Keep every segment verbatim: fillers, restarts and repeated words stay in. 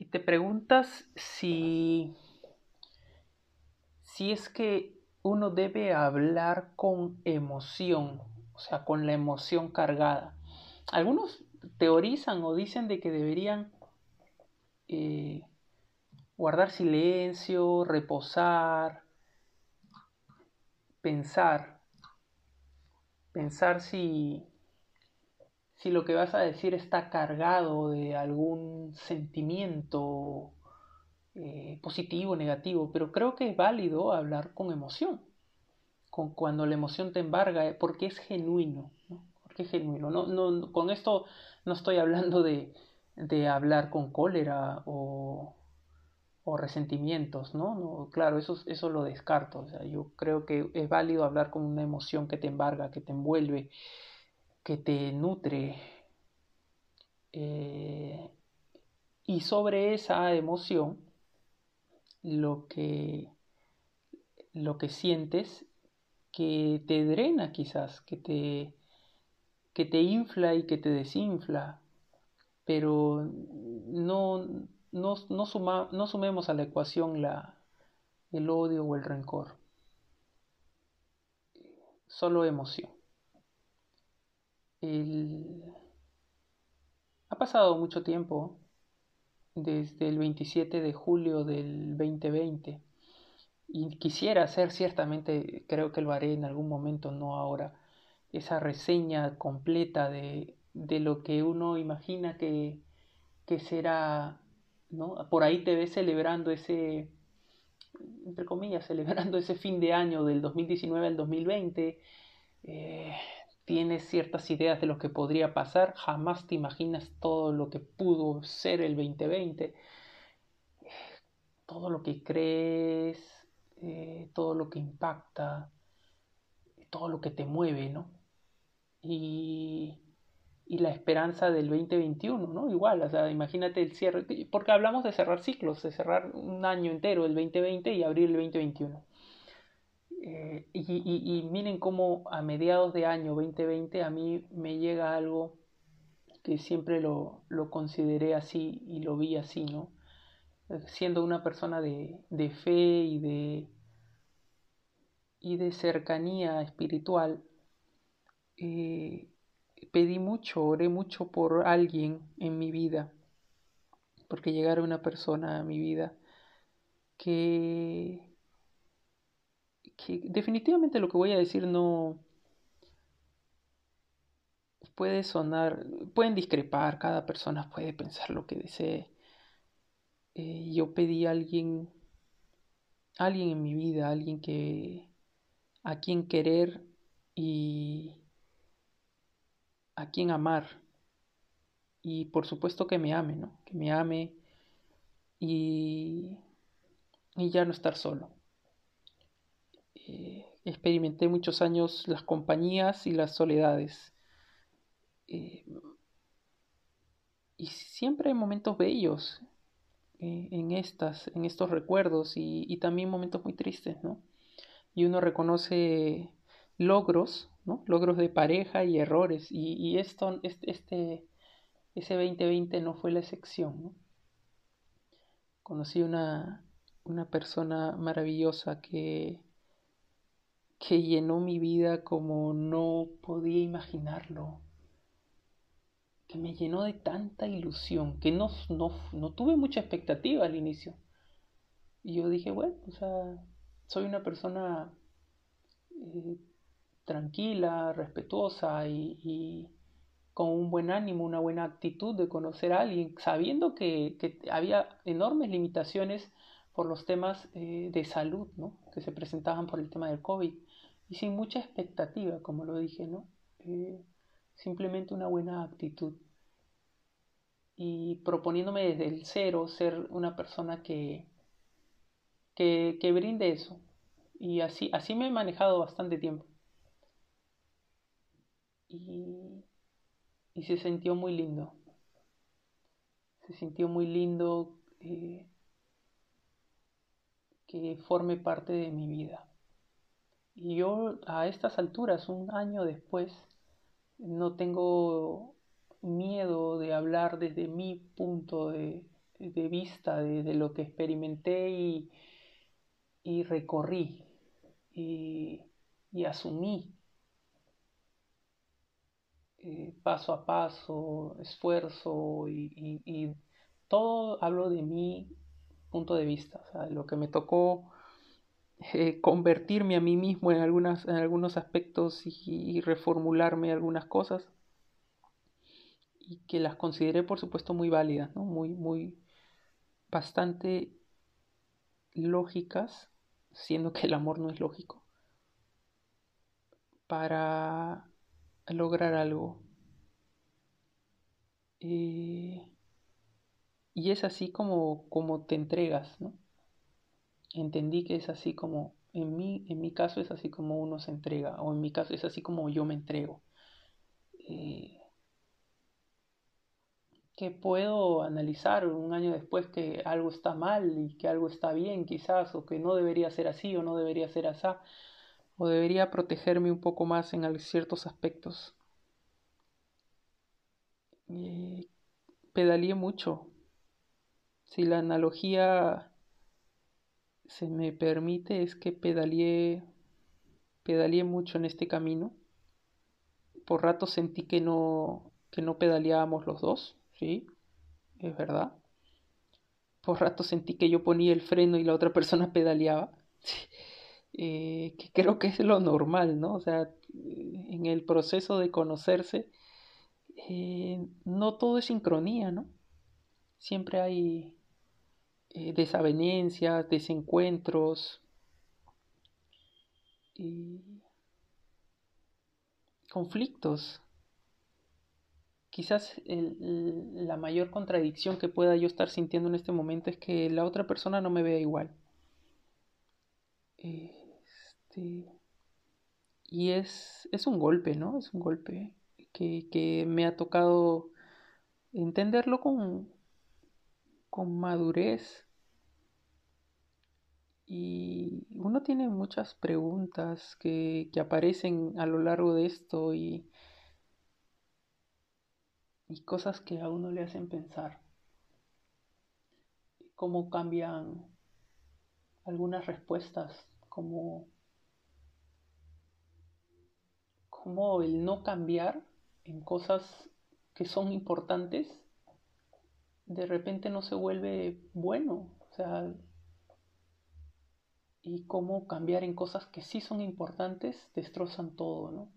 Te preguntas si, si es que uno debe hablar con emoción, o sea, con la emoción cargada. Algunos teorizan o dicen de que deberían eh, guardar silencio, reposar, pensar, pensar si, si lo que vas a decir está cargado de algún sentimiento eh, positivo o negativo, pero creo que es válido hablar con emoción, con cuando la emoción te embarga, eh, porque es genuino, ¿no? Porque es genuino. No, no, con esto no estoy hablando de, de hablar con cólera o, o resentimientos, ¿no? No, claro, eso, eso lo descarto. O sea, yo creo que es válido hablar con una emoción que te embarga, que te envuelve, que te nutre. Eh, y sobre esa emoción, lo que, lo que sientes que te drena quizás, que te, que te infla y que te desinfla, pero no, no, no, suma, no sumemos a la ecuación la, el odio o el rencor, solo emoción. El... Ha pasado mucho tiempo desde el veintisiete de julio del dos mil veinte y quisiera hacer ciertamente, creo que lo haré en algún momento, no ahora, esa reseña completa de, de lo que uno imagina que, que será, ¿no? Por ahí te ves celebrando ese, entre comillas, celebrando ese fin de año del dos mil diecinueve al dos mil veinte, eh, tienes ciertas ideas de lo que podría pasar, jamás te imaginas todo lo que pudo ser el dos mil veinte, todo lo que crees, eh, todo lo que impacta, todo lo que te mueve, ¿no? Y, y la esperanza del dos mil veintiuno, ¿no? Igual, o sea, imagínate el cierre, porque hablamos de cerrar ciclos, de cerrar un año entero, el dos mil veinte, y abrir el dos mil veintiuno. Eh, y, y, y miren cómo a mediados de año dos mil veinte a mí me llega algo que siempre lo, lo consideré así y lo vi así, ¿no? Siendo una persona de, de fe y de, y de cercanía espiritual, eh, pedí mucho, oré mucho por alguien en mi vida, porque llegara una persona a mi vida que, que definitivamente lo que voy a decir no puede sonar, pueden discrepar, cada persona puede pensar lo que desee. Eh, yo pedí a alguien, alguien en mi vida, alguien que a quien querer y a quien amar. Y por supuesto que me ame, ¿no? Que me ame y, y ya no estar solo. Eh, experimenté muchos años las compañías y las soledades. Eh, y siempre hay momentos bellos eh, en estas, en estos recuerdos y, y también momentos muy tristes, ¿no? Y uno reconoce logros, ¿no? Logros de pareja y errores. Y, y esto, este, este, ese dos mil veinte no fue la excepción, ¿no? Conocí una, una persona maravillosa que, que llenó mi vida como no podía imaginarlo, que me llenó de tanta ilusión, que no, no, no tuve mucha expectativa al inicio. Y yo dije, bueno, o sea, soy una persona eh, tranquila, respetuosa y, y con un buen ánimo, una buena actitud de conocer a alguien, sabiendo que, que había enormes limitaciones por los temas eh, de salud, ¿no? Que se presentaban por el tema del COVID y sin mucha expectativa, como lo dije, ¿no? Eh, simplemente una buena actitud y proponiéndome desde el cero ser una persona que, que, que brinde eso. Y así, así me he manejado bastante tiempo. Y, y se sintió muy lindo. Se sintió muy lindo eh, que forme parte de mi vida. Y yo a estas alturas, un año después, no tengo miedo de hablar desde mi punto de, de vista de, de lo que experimenté y, y recorrí y, y asumí eh, paso a paso, esfuerzo y, y, y todo hablo de mi punto de vista, o sea, de lo que me tocó eh, convertirme a mí mismo en, algunas, en algunos aspectos y, y reformularme algunas cosas y que las consideré por supuesto muy válidas, ¿no? Muy, muy, bastante lógicas, siendo que el amor no es lógico, para lograr algo. Eh, y es así como, como te entregas, ¿no? Entendí que es así como, en mi, en mi caso es así como uno se entrega, o en mi caso es así como yo me entrego. Eh, que puedo analizar un año después que algo está mal y que algo está bien quizás, o que no debería ser así o no debería ser así, o debería protegerme un poco más en ciertos aspectos. Eh, pedaleé mucho. Si la analogía se me permite, es que pedaleé, pedaleé mucho en este camino. Por rato sentí que no, que no pedaleábamos los dos, sí, es verdad. Por rato sentí que yo ponía el freno y la otra persona pedaleaba. Eh, que creo que es lo normal, ¿no? O sea, eh, en el proceso de conocerse, eh, no todo es sincronía, ¿no? Siempre hay eh, desavenencias, desencuentros y conflictos. Quizás el- la mayor contradicción que pueda yo estar sintiendo en este momento es que la otra persona no me vea igual. Este, y es, es un golpe, ¿no? Es un golpe que, que me ha tocado entenderlo con, con madurez. Y uno tiene muchas preguntas que, que aparecen a lo largo de esto y, y cosas que a uno le hacen pensar. Cómo cambian algunas respuestas, como, como el no cambiar en cosas que son importantes, de repente no se vuelve bueno. O sea, y cómo cambiar en cosas que sí son importantes destrozan todo, ¿no?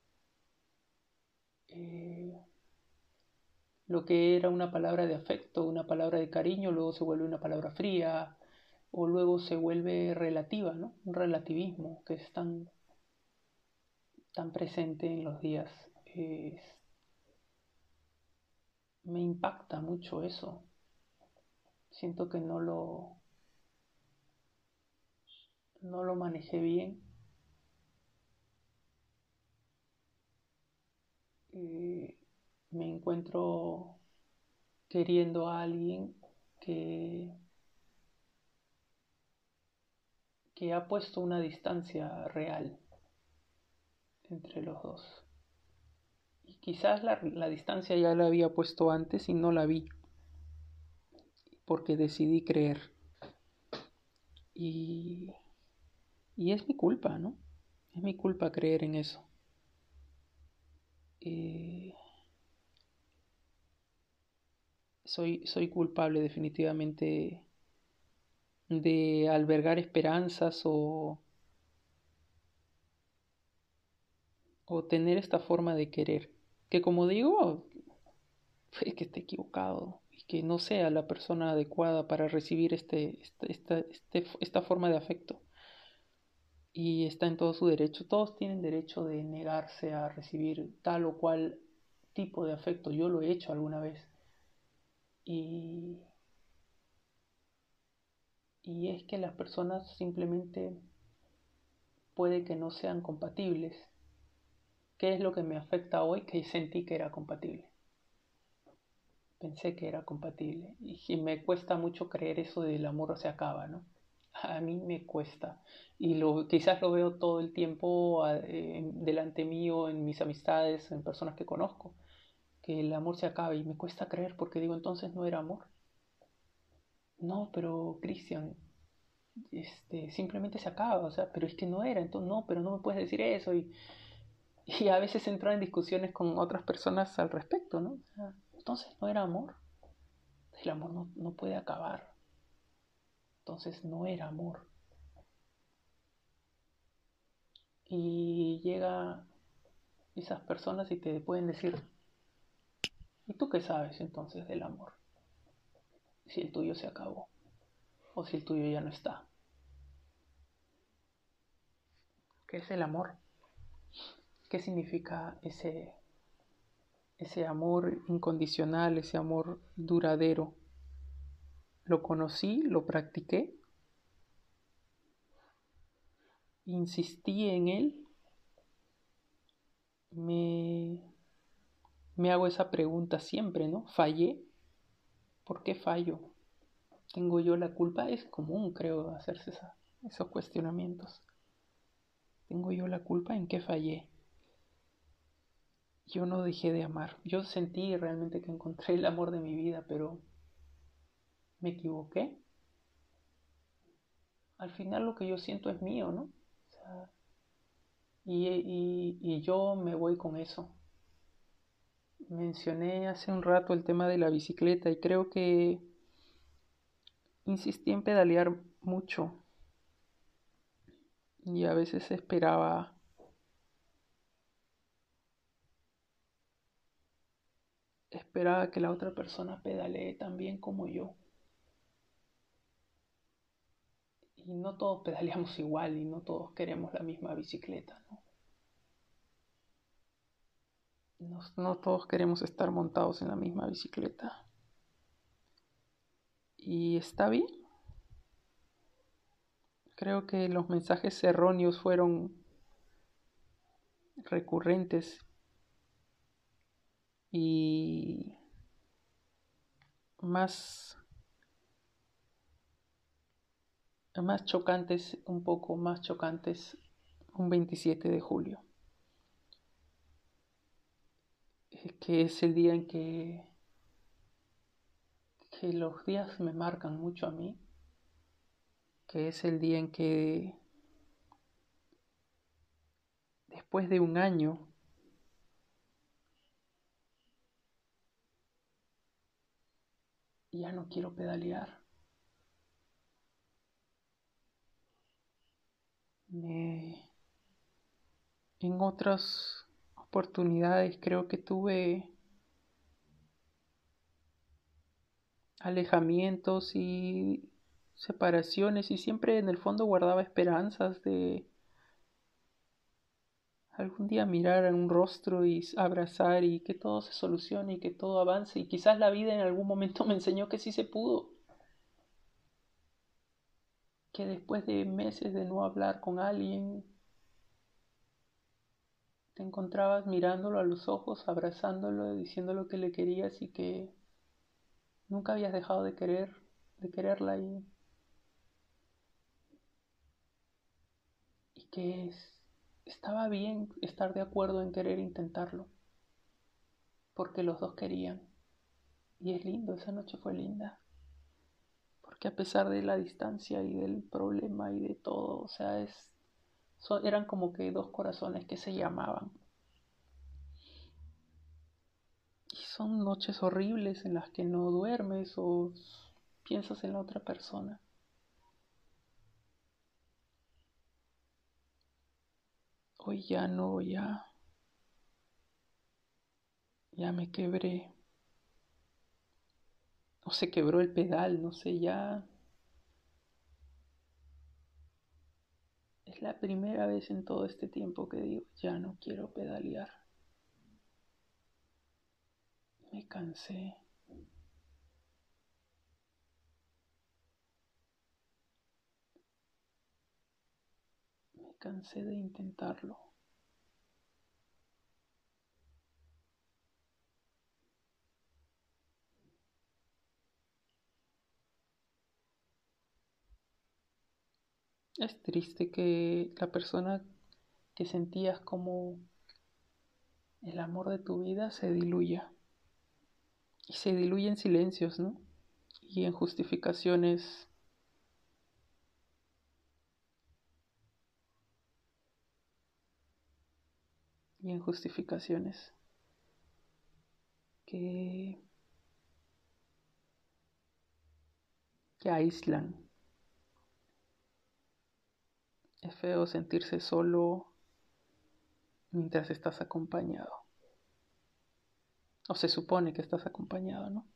Eh, lo que era una palabra de afecto, una palabra de cariño, luego se vuelve una palabra fría, o luego se vuelve relativa, ¿no? Un relativismo que es tan, tan presente en los días. Eh, me impacta mucho eso. Siento que no lo, no lo manejé bien. Eh, me encuentro queriendo a alguien que, que ha puesto una distancia real entre los dos. Y quizás la, la distancia ya la había puesto antes y no la vi porque decidí creer. Y, y es mi culpa, ¿no? Es mi culpa creer en eso. Eh, soy, soy culpable definitivamente de albergar esperanzas o, o tener esta forma de querer. Que como digo, es que esté equivocado y que no sea la persona adecuada para recibir este, este, esta, este, esta forma de afecto. Y está en todo su derecho. Todos tienen derecho de negarse a recibir tal o cual tipo de afecto. Yo lo he hecho alguna vez. Y, y es que las personas simplemente puede que no sean compatibles. ¿Qué es lo que me afecta hoy? Que sentí que era compatible. Pensé que era compatible. Y me cuesta mucho creer eso del amor se acaba, ¿no? A mí me cuesta. Y lo, quizás lo veo todo el tiempo eh, delante mío, en mis amistades, en personas que conozco, que el amor se acaba y me cuesta creer porque digo, entonces no era amor. no, pero Cristian, este, simplemente se acaba, o sea, pero es que no era, entonces no, pero no me puedes decir eso y, y a veces entro en discusiones con otras personas al respecto, ¿no? O sea, entonces no era amor, el amor no, no puede acabar, entonces no era amor. Y llega esas personas y te pueden decir, ¿y tú qué sabes entonces del amor? Si el tuyo se acabó o si el tuyo ya no está. ¿Qué es el amor? ¿Qué significa ese, ese amor incondicional, ese amor duradero? Lo conocí, lo practiqué, insistí en él, me, me hago esa pregunta siempre, ¿no? ¿Fallé? ¿Por qué fallo? ¿Tengo yo la culpa? Es común, creo, hacerse esa, esos cuestionamientos. ¿Tengo yo la culpa? ¿En qué fallé? Yo no dejé de amar. Yo sentí realmente que encontré el amor de mi vida, pero me equivoqué. Al final lo que yo siento es mío, ¿no? O sea, y, y, y yo me voy con eso. Mencioné hace un rato el tema de la bicicleta y creo que insistí en pedalear mucho y a veces esperaba esperaba que la otra persona pedalee tan bien como yo. Y no todos pedaleamos igual y no todos queremos la misma bicicleta, ¿no? No, no todos queremos estar montados en la misma bicicleta. Y está bien. Creo que los mensajes erróneos fueron recurrentes y más, más chocantes, un poco más chocantes, un veintisiete de julio, que es el día en que, que los días me marcan mucho a mí, que es el día en que después de un año ya no quiero pedalear. Me, en otras oportunidades creo que tuve alejamientos y separaciones y siempre en el fondo guardaba esperanzas de algún día mirar a un rostro y abrazar y que todo se solucione y que todo avance y quizás la vida en algún momento me enseñó que sí se pudo, que después de meses de no hablar con alguien te encontrabas mirándolo a los ojos, abrazándolo, diciéndolo que le querías y que nunca habías dejado de querer, de quererla y, y que es, estaba bien estar de acuerdo en querer intentarlo, porque los dos querían. Y es lindo, esa noche fue linda, porque a pesar de la distancia y del problema y de todo, o sea, es, son, eran como que dos corazones que se llamaban. Y son noches horribles en las que no duermes o piensas en la otra persona. Hoy ya no, ya, ya me quebré. O se quebró el pedal, no sé, ya. Es la primera vez en todo este tiempo que digo, ya no quiero pedalear. Me cansé, me cansé de intentarlo. Es triste que la persona que sentías como el amor de tu vida se diluya. Y se diluye en silencios, ¿no? y en justificaciones y en justificaciones que, que aíslan. Es feo sentirse solo mientras estás acompañado. O se supone que estás acompañado, ¿no?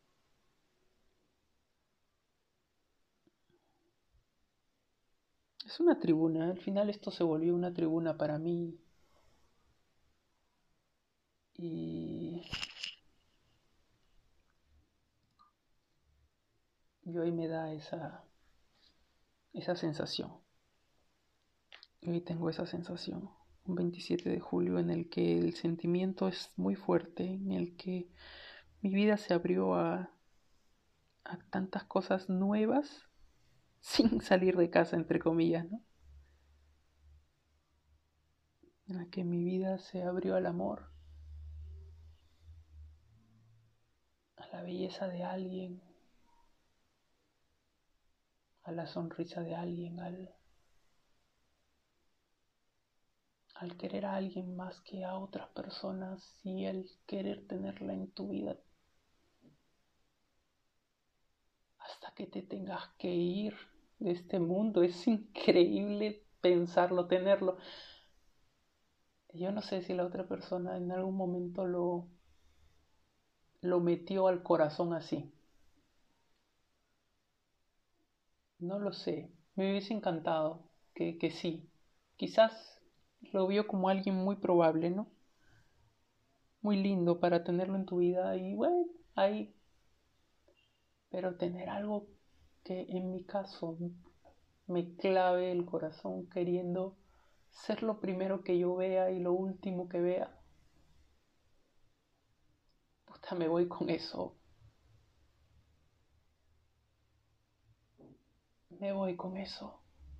Es una tribuna. Al final esto se volvió una tribuna para mí. Y, y hoy me da esa, esa sensación. Hoy tengo esa sensación. Un veintisiete de julio en el que el sentimiento es muy fuerte, en el que mi vida se abrió a, a tantas cosas nuevas sin salir de casa, entre comillas, ¿no? En la que mi vida se abrió al amor, a la belleza de alguien, a la sonrisa de alguien, al, al querer a alguien más que a otras personas y el querer tenerla en tu vida hasta que te tengas que ir de este mundo. Es increíble pensarlo, tenerlo. Yo no sé si la otra persona en algún momento lo, lo metió al corazón así. No lo sé. Me hubiese encantado que, que sí. Quizás lo vio como alguien muy probable, ¿no? Muy lindo para tenerlo en tu vida y bueno, ahí. Pero tener algo que en mi caso me clave el corazón queriendo ser lo primero que yo vea y lo último que vea. Puta, me voy con eso. Me voy con eso.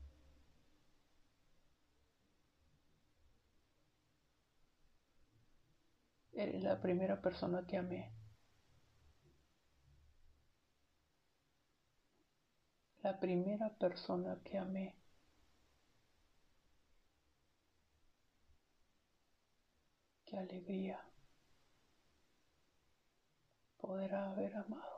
Eres la primera persona que amé. La primera persona que amé. Qué alegría poder haber amado.